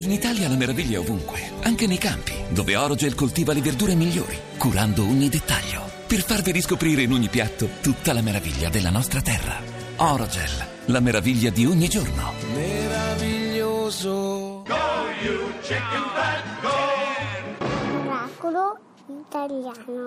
In Italia la meraviglia è ovunque, anche nei campi, dove Orogel coltiva le verdure migliori, curando ogni dettaglio, per farvi riscoprire in ogni piatto tutta la meraviglia della nostra terra. Orogel, la meraviglia di ogni giorno. Meraviglioso. Go you chicken fat, go! Oracolo italiano.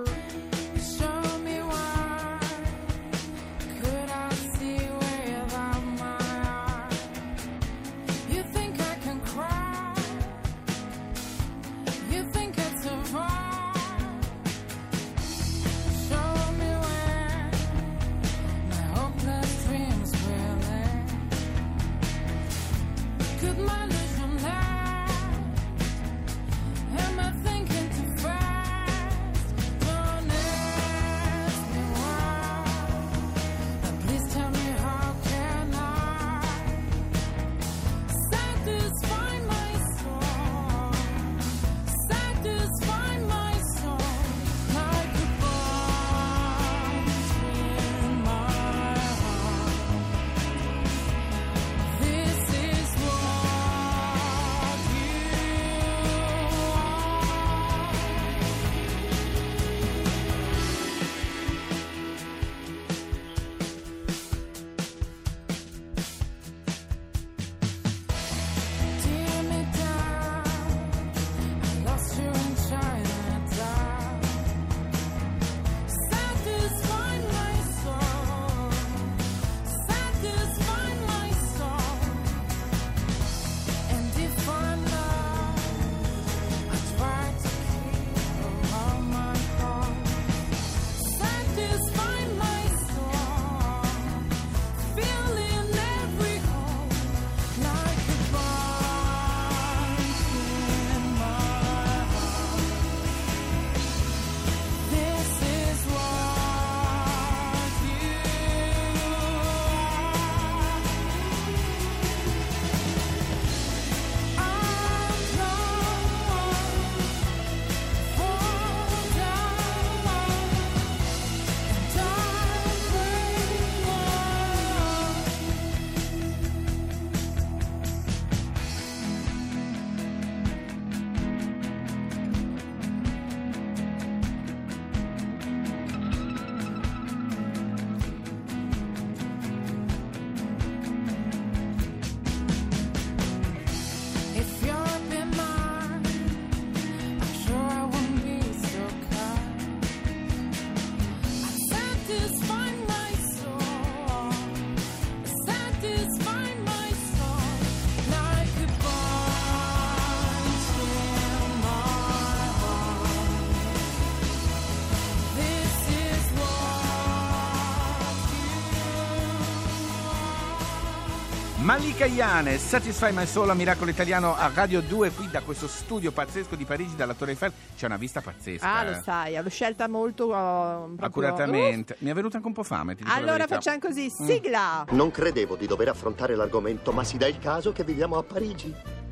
Malika Iane, Satisfy My Soul a Miracolo Italiano a Radio 2, qui da questo studio pazzesco di Parigi, dalla Torre Eiffel. C'è una vista pazzesca. Ah, lo sai, l'ho scelta molto proprio accuratamente. Mi è venuta anche un po' fame, ti dico la Allora verità. facciamo così, sigla! Non credevo di dover affrontare l'argomento, ma si dà il caso che viviamo a Parigi.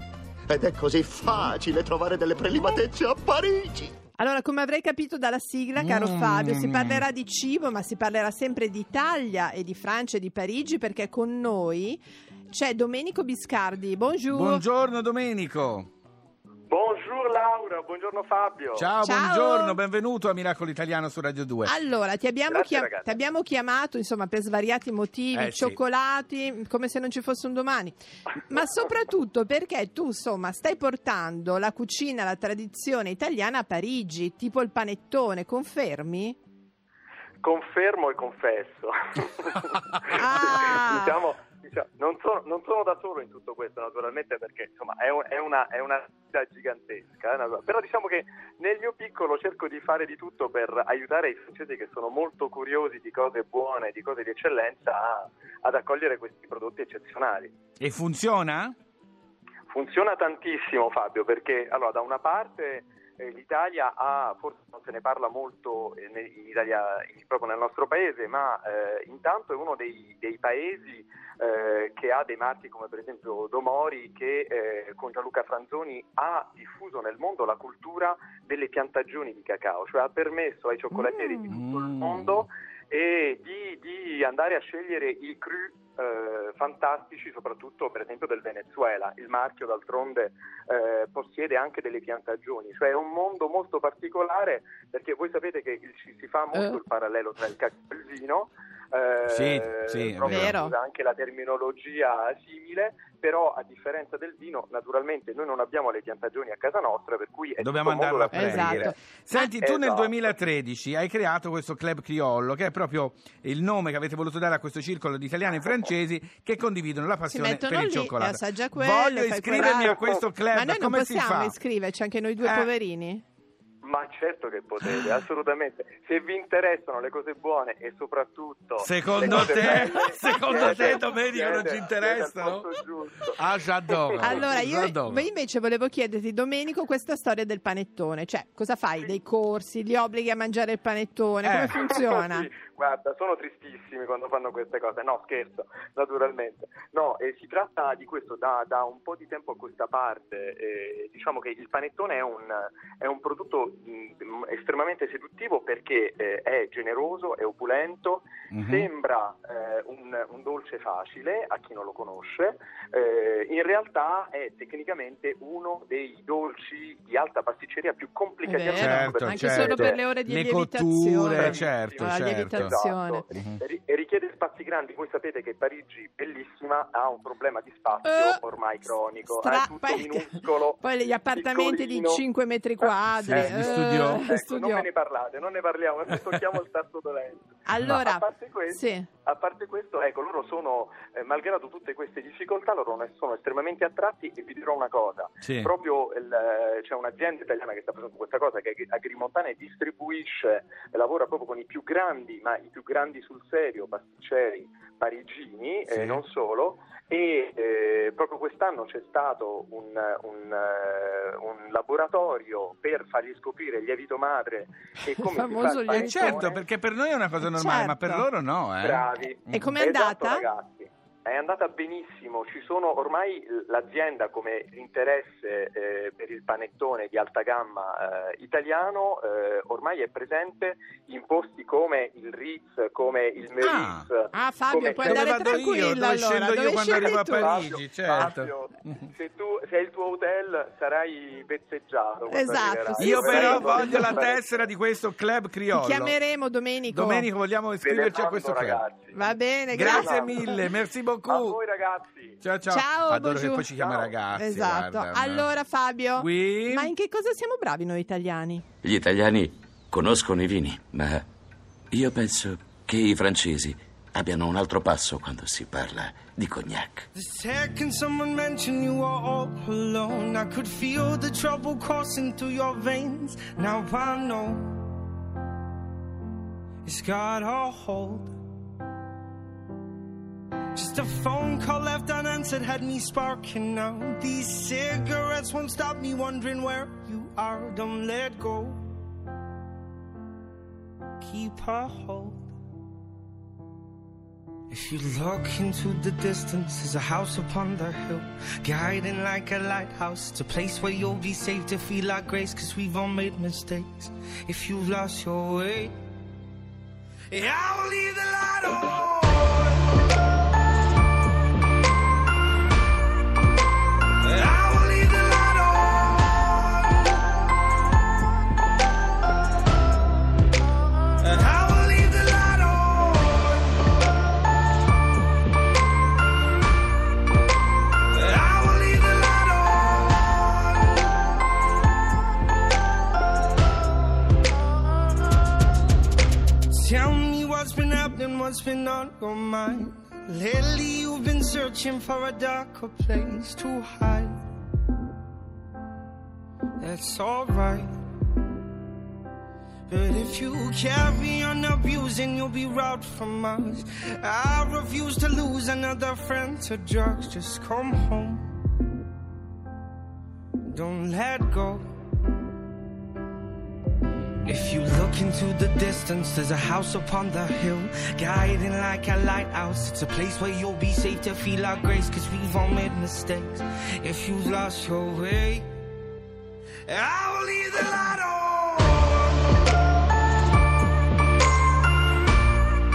Ed è così facile trovare delle prelibatezze a Parigi. Allora, come avrei capito dalla sigla, caro Fabio, si parlerà di cibo, ma si parlerà sempre di Italia e di Francia e di Parigi, perché con noi c'è Domenico Biscardi. Bonjour. Buongiorno Domenico. Buongiorno Laura, buongiorno Fabio. Ciao, buongiorno, benvenuto a Miracolo Italiano su Radio 2. Allora, ti abbiamo chiamato, insomma, per svariati motivi, cioccolati, come se non ci fosse un domani, ma soprattutto perché tu, insomma, stai portando la cucina, la tradizione italiana a Parigi, tipo il panettone, confermi? Confermo e confesso. Non sono da solo in tutto questo, naturalmente, perché insomma è una sfida gigantesca, però diciamo che nel mio piccolo cerco di fare di tutto per aiutare i francesi, che sono molto curiosi di cose buone, di cose di eccellenza, ad accogliere questi prodotti eccezionali. E funziona? Funziona tantissimo, Fabio, perché allora da una parte l'Italia ha, forse non se ne parla molto in Italia, proprio nel nostro paese, ma intanto è uno dei paesi che ha dei marchi come per esempio Domori, che con Gianluca Franzoni ha diffuso nel mondo la cultura delle piantagioni di cacao, cioè ha permesso ai cioccolatieri di tutto il mondo e di andare a scegliere i cru fantastici, soprattutto per esempio del Venezuela. Il marchio d'altronde possiede anche delle piantagioni, cioè è un mondo molto particolare, perché voi sapete che si fa molto il parallelo tra il cacao e il vino. Sì, è vero. Usa anche la terminologia simile, però a differenza del vino, naturalmente noi non abbiamo le piantagioni a casa nostra, per cui dobbiamo andarlo a prendere. Esatto. Senti, tu nel 2013 hai creato questo Club Criollo, che è proprio il nome che avete voluto dare a questo circolo di italiani e francesi che condividono la passione per il cioccolato. Voglio iscrivermi a questo club. Ma noi non come possiamo iscriverci, anche noi due poverini? Ma certo che potete, assolutamente. Se vi interessano le cose buone e soprattutto secondo te Domenico non ci interessano? Ah, j'adore. Allora io invece volevo chiederti, Domenico, questa storia del panettone, cioè cosa fai? Dei corsi, li obblighi a mangiare il panettone, come funziona? Sì, guarda, sono tristissimi quando fanno queste cose. No, scherzo, naturalmente. No, si tratta di questo da un po' di tempo a questa parte. Diciamo che il panettone è un prodotto estremamente seduttivo, perché è generoso, è opulento, sembra un dolce facile a chi non lo conosce, in realtà è tecnicamente uno dei dolci di alta pasticceria più complicati al mondo, anche solo per le ore di lievitazione. Cotture, certo. Lievitazione. E richiede spazi grandi. Voi sapete che Parigi, bellissima, ha un problema di spazio ormai cronico, è tutto minuscolo. Poi gli appartamenti piccolino, di 5 metri quadri, studio. Ecco, non me ne parlate, non ne parliamo, non tocchiamo il tasto dolente. Allora, a parte questo, ecco, loro sono, malgrado tutte queste difficoltà, loro ne sono estremamente attratti, e vi dirò una cosa, proprio c'è un'azienda italiana che sta facendo questa cosa, che è Agrimontana, e distribuisce, lavora proprio con i più grandi, ma i più grandi sul serio, pasticceri parigini, non solo, e proprio quest'anno c'è stato un laboratorio per fargli scoprire il lievito madre e come famoso si fa il certo, perché per noi è una cosa normale, ma per loro no. Bravi. E com'è andata? Ragazzi. È andata benissimo, ci sono ormai l'azienda, come l'interesse per il panettone di alta gamma italiano, ormai è presente in posti come il Ritz, come il Meurice. Fabio, puoi andare tranquillo, dove scendo io quando arrivo a Parigi, Fabio, se è il tuo hotel sarai pezzeggiato. Esatto. Io però voglio la tessera di questo Club Criollo. Ti chiameremo, Domenico. Domenico, vogliamo iscriverci a questo club. Ragazzi. Va bene, grazie mille, merci beaucoup. A voi ragazzi. Ciao. Adoro che poi ci chiama ragazzi. Esatto. Guarda. Allora Fabio, oui? ma in che cosa siamo bravi noi italiani? Gli italiani conoscono i vini, ma io penso che i francesi abbiano un altro passo quando si parla di cognac. The second someone mentioned you were all alone, I could feel the trouble coursing through your veins. Now I know it's got a hold. Just a phone call left unanswered had me sparking now. These cigarettes won't stop me wondering where you are. Don't let go. Keep a hold. If you look into the distance, there's a house upon the hill, guiding like a lighthouse. It's a place where you'll be safe to feel like grace, 'cause we've all made mistakes. If you've lost your way, I'll leave the light on. What's been on your mind? Lately you've been searching for a darker place to hide. That's alright, but if you carry on abusing, you'll be robbed from us. I refuse to lose another friend to drugs. Just come home, don't let go. If you look into the distance, there's a house upon the hill, guiding like a lighthouse. It's a place where you'll be safe to feel our grace, 'cause we've all made mistakes. If you've lost your way, I'll leave the light on.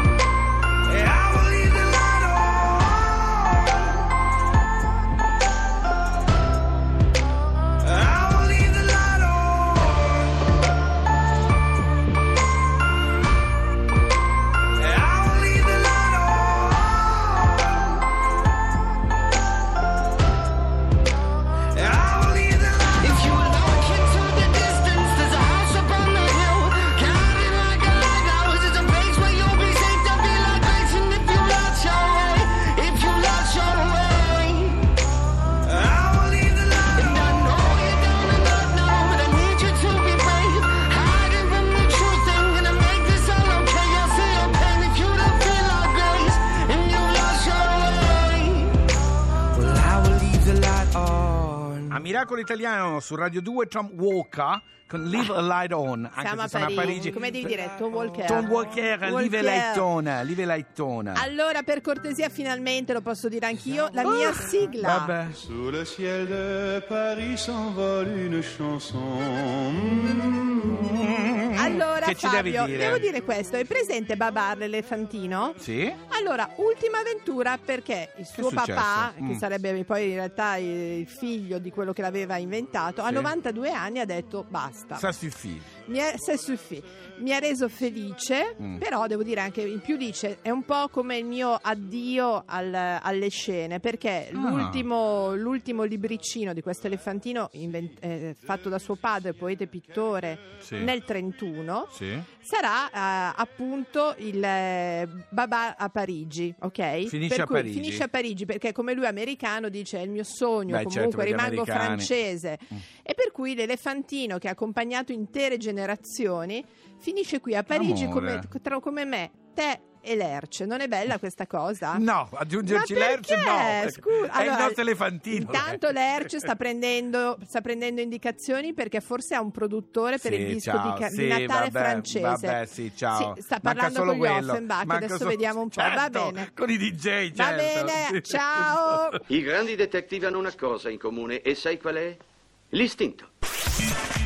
spettacolo italiano su Radio 2, Tom Walker con Live a Light On. Anche siamo a Parigi. Come devi dire? Tom Walker. Tom Walker, Live a Light On. Allora, per cortesia, finalmente lo posso dire anch'io, la mia sigla. Vabbè. Sous le ciel de Paris s'envole une chanson. Allora, che ci Fabio, devi dire? devo dire questo. È presente Babar l'elefantino? Sì. Allora, ultima avventura, perché il suo papà, successo? che sarebbe poi in realtà il figlio di quello che l'aveva inventato, a 92 anni ha detto basta. Ça suffit. Mi ha reso felice, però devo dire anche in più dice è un po' come il mio addio alle scene, perché l'ultimo libricino di questo elefantino fatto da suo padre, poeta e pittore, nel 31 sarà appunto il Babà a Parigi, ok? Finisce a Parigi perché come lui americano dice è il mio sogno, comunque rimango francese, e per cui l'elefantino che ha accompagnato intere generazioni finisce qui a Parigi come me, te e Lerce. Non è bella questa cosa? No, aggiungerci Lerce no. Scusa, è il nostro elefantino. Intanto Lerce sta prendendo indicazioni perché forse ha un produttore per il disco di Natale francese. Vabbè, sì, ciao. Sì, sta parlando con gli Offenbach, adesso vediamo un po'. Certo, va bene. Con i DJ, certo. Va bene, ciao. I grandi detective hanno una cosa in comune, e sai qual è? L'istinto.